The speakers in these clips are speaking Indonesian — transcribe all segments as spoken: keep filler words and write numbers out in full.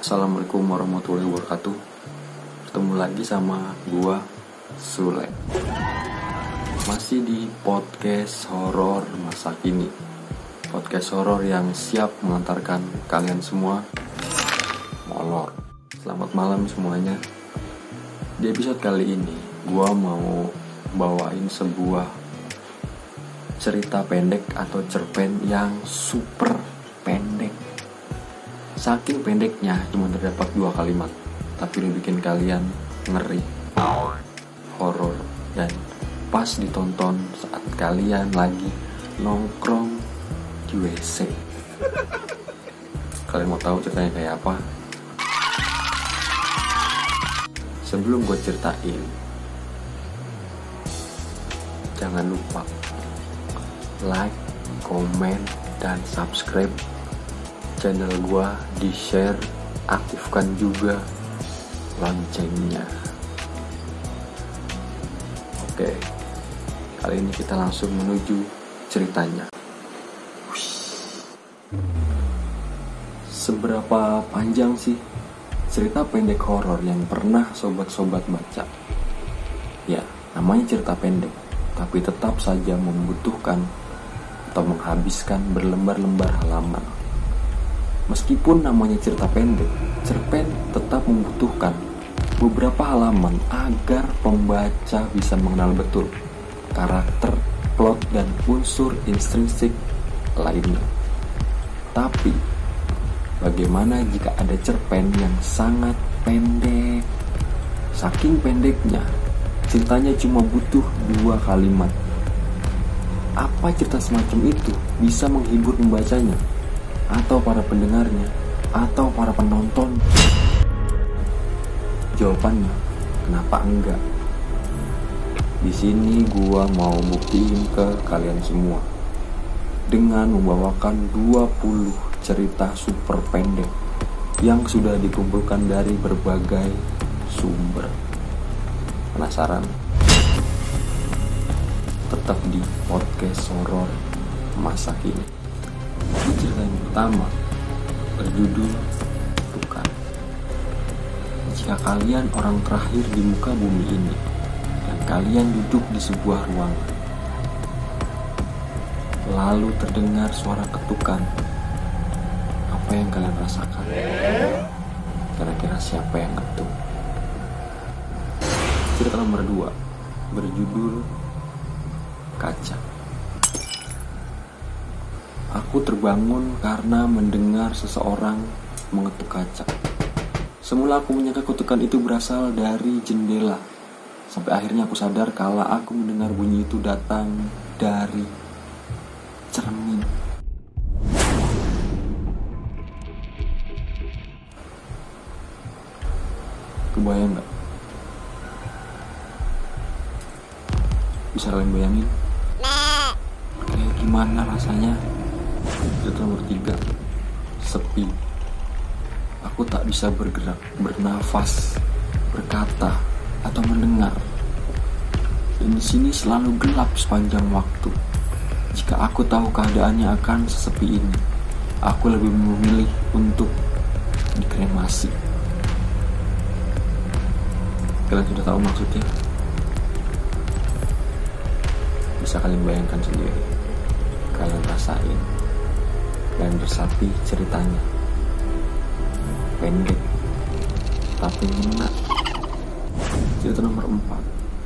Assalamualaikum warahmatullahi wabarakatuh. Ketemu lagi sama gua Sule. Masih di podcast horor masa kini. Podcast horor yang siap mengantarkan kalian semua molor. Selamat malam semuanya. Di episode kali ini gua mau bawain sebuah cerita pendek atau cerpen yang super pendek. Saking pendeknya cuma terdapat dua kalimat, tapi ini bikin kalian ngeri, horor, dan pas ditonton saat kalian lagi nongkrong di W C. Kalian mau tahu ceritanya kayak apa? Sebelum gue ceritain, jangan lupa like, komen, dan subscribe channel gua, di share, aktifkan juga loncengnya. Oke, kali ini kita langsung menuju ceritanya. Seberapa panjang sih cerita pendek horor yang pernah sobat-sobat baca? Ya, namanya cerita pendek, tapi tetap saja membutuhkan atau menghabiskan berlembar-lembar halaman. Meskipun namanya cerita pendek, cerpen tetap membutuhkan beberapa halaman agar pembaca bisa mengenal betul karakter, plot, dan unsur intrinsik lainnya. Tapi, bagaimana jika ada cerpen yang sangat pendek? Saking pendeknya, ceritanya cuma butuh dua kalimat. Apa cerita semacam itu bisa menghibur pembacanya? Atau para pendengarnya, atau para penonton? Jawabannya, kenapa enggak? Di sini gua mau buktiin ke kalian semua dengan membawakan dua puluh cerita super pendek yang sudah dikumpulkan dari berbagai sumber. Penasaran? Tetap di podcast horor masa kini. Cerita yang pertama berjudul Kutukan. Jika kalian orang terakhir di muka bumi ini dan kalian duduk di sebuah ruangan, lalu terdengar suara ketukan, apa yang kalian rasakan? Kira-kira siapa yang ngetuk? Cerita nomor dua berjudul Kaca. Aku terbangun karena mendengar seseorang mengetuk kaca. Semula aku menyangka kutukan itu berasal dari jendela. Sampai akhirnya aku sadar kala aku mendengar bunyi itu datang dari cermin. Kebayang gak? Bisa kalian bayangin? Kayak gimana rasanya? Cerita nomor tiga, sepi. Aku tak bisa bergerak, bernafas, berkata, atau mendengar. Dan di sini selalu gelap sepanjang waktu. Jika aku tahu keadaannya akan sesepi ini, aku lebih memilih untuk dikremasi. Kalian sudah tahu maksudnya? Bisa kalian bayangkan sendiri. Kalian rasain dan resapi ceritanya. Pendek tapi ngena. Cerita nomor empat,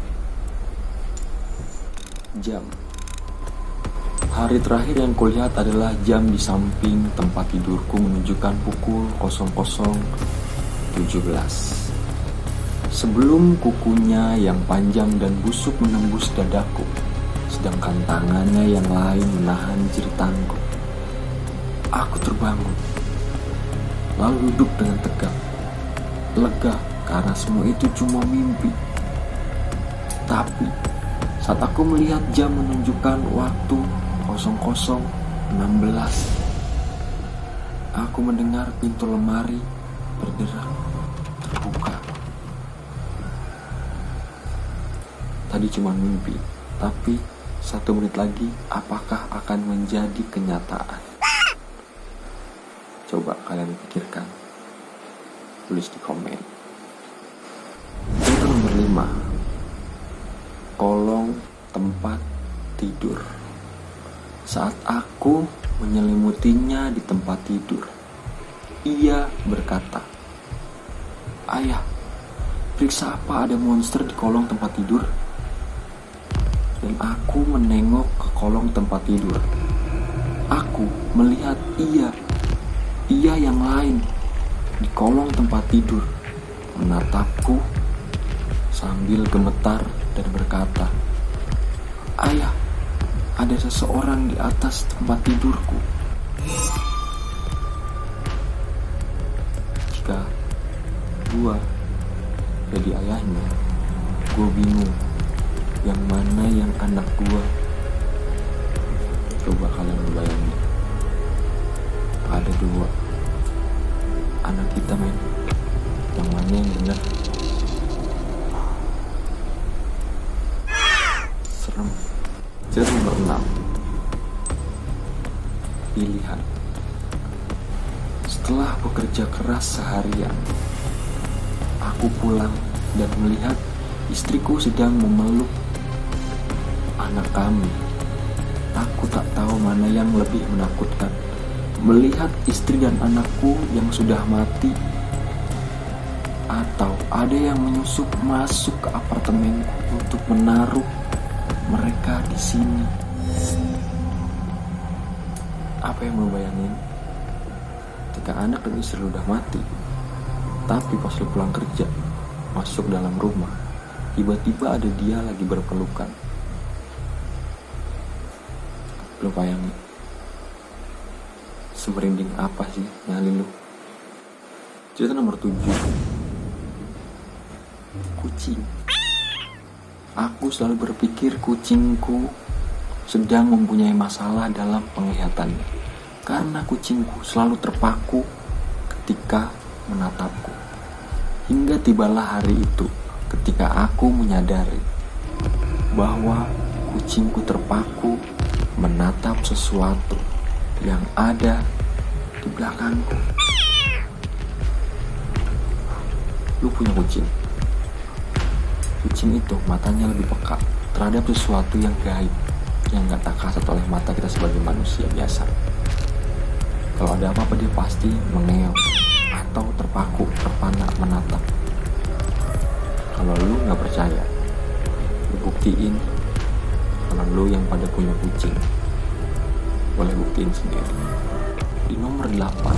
jam. Hari terakhir yang kulihat adalah jam di samping tempat tidurku menunjukkan pukul nol nol tujuh belas. Sebelum kukunya yang panjang dan busuk menembus dadaku, sedangkan tangannya yang lain menahan jeritanku. Aku terbangun, lalu duduk dengan tegak, lega karena semua itu cuma mimpi. Tapi saat aku melihat jam menunjukkan waktu nol nol enam belas, aku mendengar pintu lemari bergerak terbuka. Tadi cuma mimpi, tapi satu menit lagi apakah akan menjadi kenyataan? Coba kalian pikirkan. tulis di komen. Cerita nomor lima, kolong tempat tidur. Saat aku menyelimutinya di tempat tidur, ia berkata, "Ayah, periksa apa ada monster di kolong tempat tidur?" Dan aku menengok ke kolong tempat tidur. Aku melihat ia, ia yang lain di kolong tempat tidur menatapku sambil gemetar dan berkata, "Ayah, ada seseorang di atas tempat tidurku." Jika gua jadi ayahnya, gua bingung yang mana yang anak gua. Coba kalian bayangin, ada dua anak kita, men. Yang mana yang benar? Serem. Cerita nomor enam, pilihan. Setelah bekerja keras seharian, aku pulang dan melihat istriku sedang memeluk anak kami. Aku tak tahu mana yang lebih menakutkan, melihat istri dan anakku yang sudah mati, atau ada yang menyusup masuk ke apartemenku untuk menaruh mereka di sini. Apa yang lu bayangin? Jika anak dan istri lu udah mati, tapi pas lu pulang kerja, masuk dalam rumah, tiba-tiba ada dia lagi berpelukan. Lu bayangin, semerinding apa sih nyali lu? Cerita nomor tujuh, kucing. Aku selalu berpikir kucingku sedang mempunyai masalah dalam penglihatannya, karena kucingku selalu terpaku ketika menatapku. Hingga tibalah hari itu ketika aku menyadari bahwa kucingku terpaku menatap sesuatu yang ada di belakangku. Lu punya kucing. Kucing itu matanya lebih peka terhadap sesuatu yang gaib, yang gak tak kasat oleh mata kita sebagai manusia biasa. Kalau ada apa-apa dia pasti mengeong atau terpaku, terpana menatap. Kalau lu gak percaya, lu buktiin. Kalau lu yang pada punya kucing, boleh buktiin sendiri. Di nomor delapan,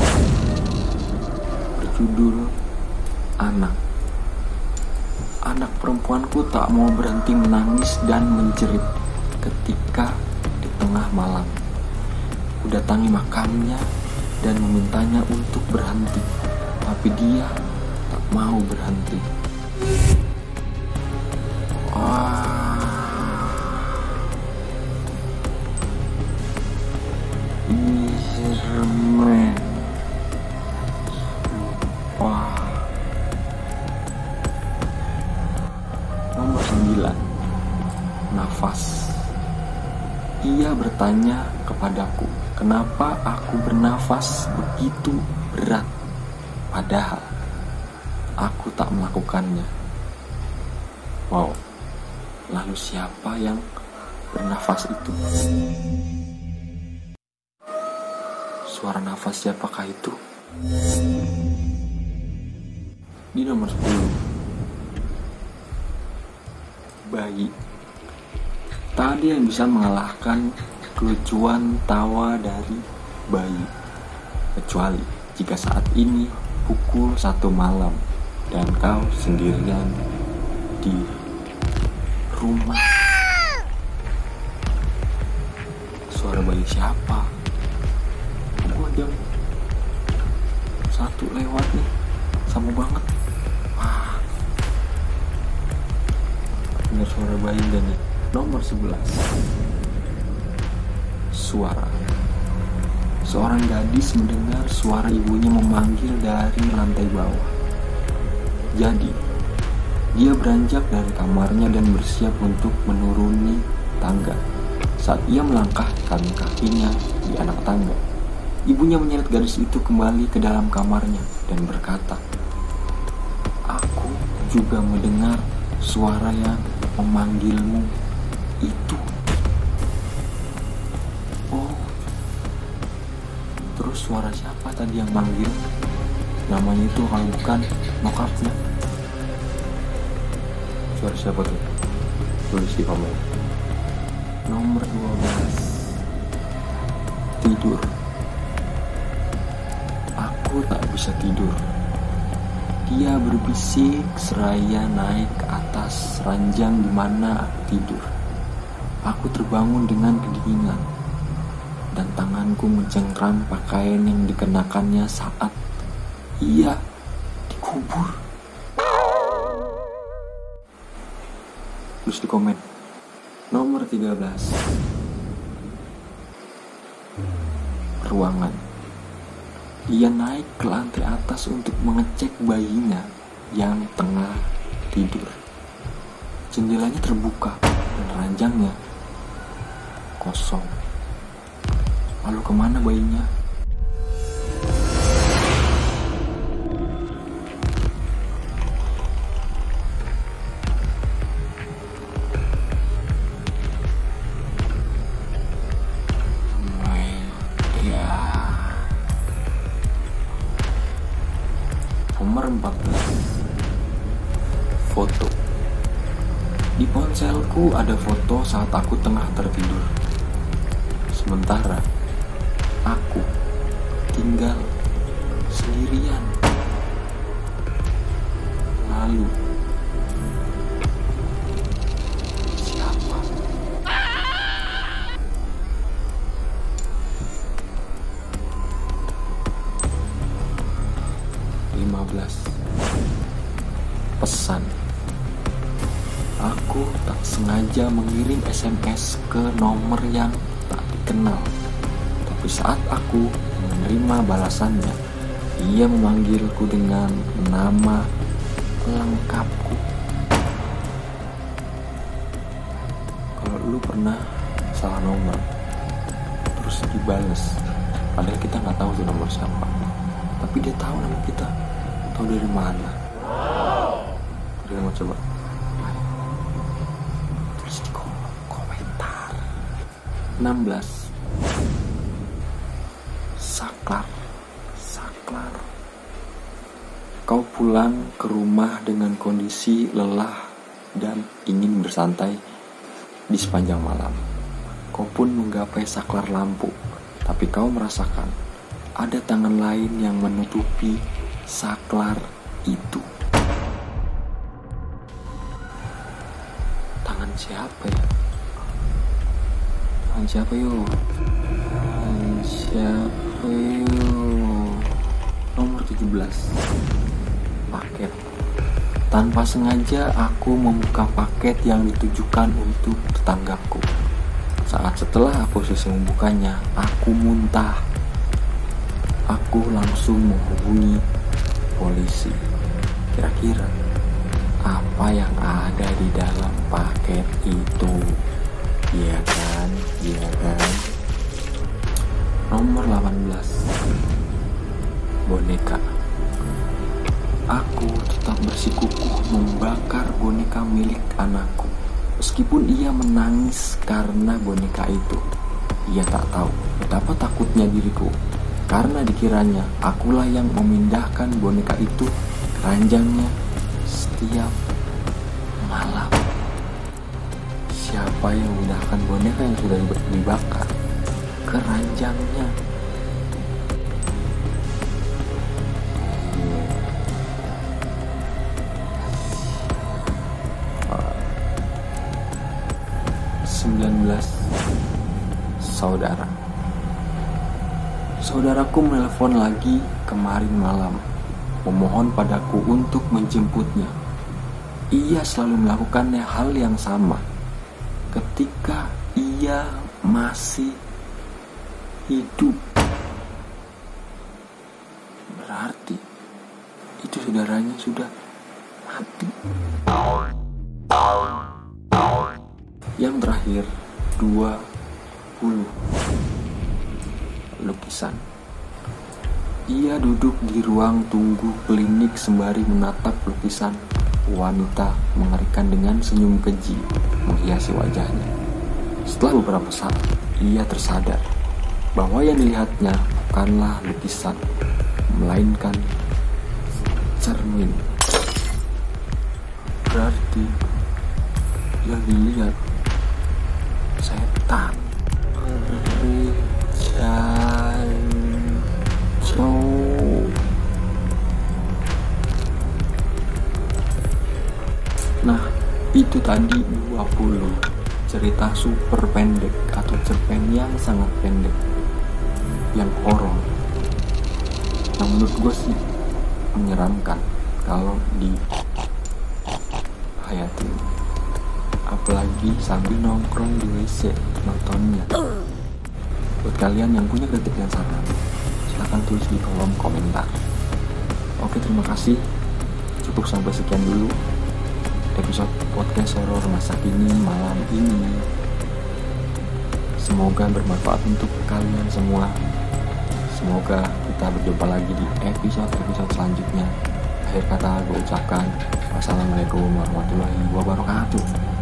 berjudul Anak. Anak perempuanku tak mau berhenti menangis dan menjerit ketika di tengah malam ku datangi makamnya dan memintanya untuk berhenti, tapi dia tak mau berhenti. Wah, ini serem. Wah. Nomor sembilan, nafas. Ia bertanya kepadaku, kenapa aku bernafas begitu berat, padahal aku tak melakukannya. Wow, lalu siapa yang bernafas itu? Suara nafas siapakah itu? Di nomor sepuluh, bayi. Tak ada yang bisa mengalahkan kelucuan tawa dari bayi, kecuali jika saat ini pukul satu malam dan kau sendirian di rumah. Suara bayi siapa? Gua jam satu lewat nih, sama banget. Wah, dengar suara bayi dan nih. Nomor sebelas, suara. Seorang gadis mendengar suara ibunya memanggil dari lantai bawah. Jadi, dia beranjak dari kamarnya dan bersiap untuk menuruni tangga. Saat ia melangkahkan kakinya di anak tangga, ibunya menyeret gadis itu kembali ke dalam kamarnya dan berkata, juga mendengar suara yang memanggilmu itu. Oh, terus suara siapa tadi yang manggil? Namanya itu kalau bukan nyokapnya. Suara siapa tuh? Tulis di komen. Nomor dua belas. Tidur. Aku tak bisa tidur. Dia berbisik seraya naik ke atas ranjang di mana aku tidur. Aku terbangun dengan kedinginan dan tanganku mencengkram pakaian yang dikenakannya saat ia dikubur. Terus di komen. Nomor tiga belas. Ruangan. Ia naik ke lantai atas untuk mengecek bayinya yang tengah tidur. Jendelanya terbuka dan ranjangnya kosong. Lalu kemana bayinya? Nomor empat belas. Foto. Di ponselku ada foto saat aku tengah tertidur. Sementara aku tinggal sendirian. Lalu siapa? lima belas. Pesan. Aku tak sengaja mengirim S M S ke nomor yang tak dikenal. Tapi saat aku menerima balasannya, ia memanggilku dengan nama lengkapku. Kalau lu pernah salah nomor terus dibales, padahal kita nggak tahu tuh nomor siapa, tapi dia tahu nama kita. Tahu dari mana? Dari mana coba? Tulis di kolom komentar. enam belas. Saklar. Saklar. Kau pulang ke rumah dengan kondisi lelah dan ingin bersantai di sepanjang malam. Kau pun menggapai saklar lampu, tapi kau merasakan ada tangan lain yang menutupi saklar itu. Tangan siapa ya? Tangan siapa yuk? Tangan siapa yuk? Nomor tujuh belas. Paket. Tanpa sengaja aku membuka paket yang ditujukan untuk tetanggaku. Saat setelah aku selesai membukanya, aku muntah. Aku langsung menghubungi polisi. Kira-kira apa yang ada di dalam paket itu? Iya kan? Iya kan? Nomor delapan belas. Boneka. Aku tetap bersikukuh membakar boneka milik anakku. Meskipun ia menangis karena boneka itu. Ia tak tahu betapa takutnya diriku, karena dikiranya akulah yang memindahkan boneka itu ke ranjangnya setiap malam. Siapa yang memindahkan boneka yang sudah dibakar ke ranjangnya? sembilan belas. Saudara. Saudaraku menelpon lagi kemarin malam, memohon padaku untuk menjemputnya. Ia selalu melakukannya hal yang sama ketika ia masih hidup. Berarti itu saudaranya sudah mati. Yang terakhir, dua puluh. Lukisan. Ia duduk di ruang tunggu klinik sembari menatap lukisan wanita mengerikan dengan senyum keji menghiasi wajahnya. Setelah beberapa saat, ia tersadar bahwa yang dilihatnya bukanlah lukisan, melainkan cermin. Berarti yang dilihat setan. Nah, itu tadi dua puluh cerita super pendek atau cerpen yang sangat pendek yang horor, yang menurut gue sih menyeramkan kalau di hayatin, apalagi sambil nongkrong di W C nontonnya. Buat kalian yang punya kritik dan saran, silahkan tulis di kolom komentar. Oke, terima kasih. Cukup sampai sekian dulu episode podcast horor masa kini malam ini. Semoga bermanfaat untuk kalian semua. Semoga kita berjumpa lagi di episode-episode selanjutnya. Akhir kata gue ucapkan wassalamualaikum warahmatullahi wabarakatuh.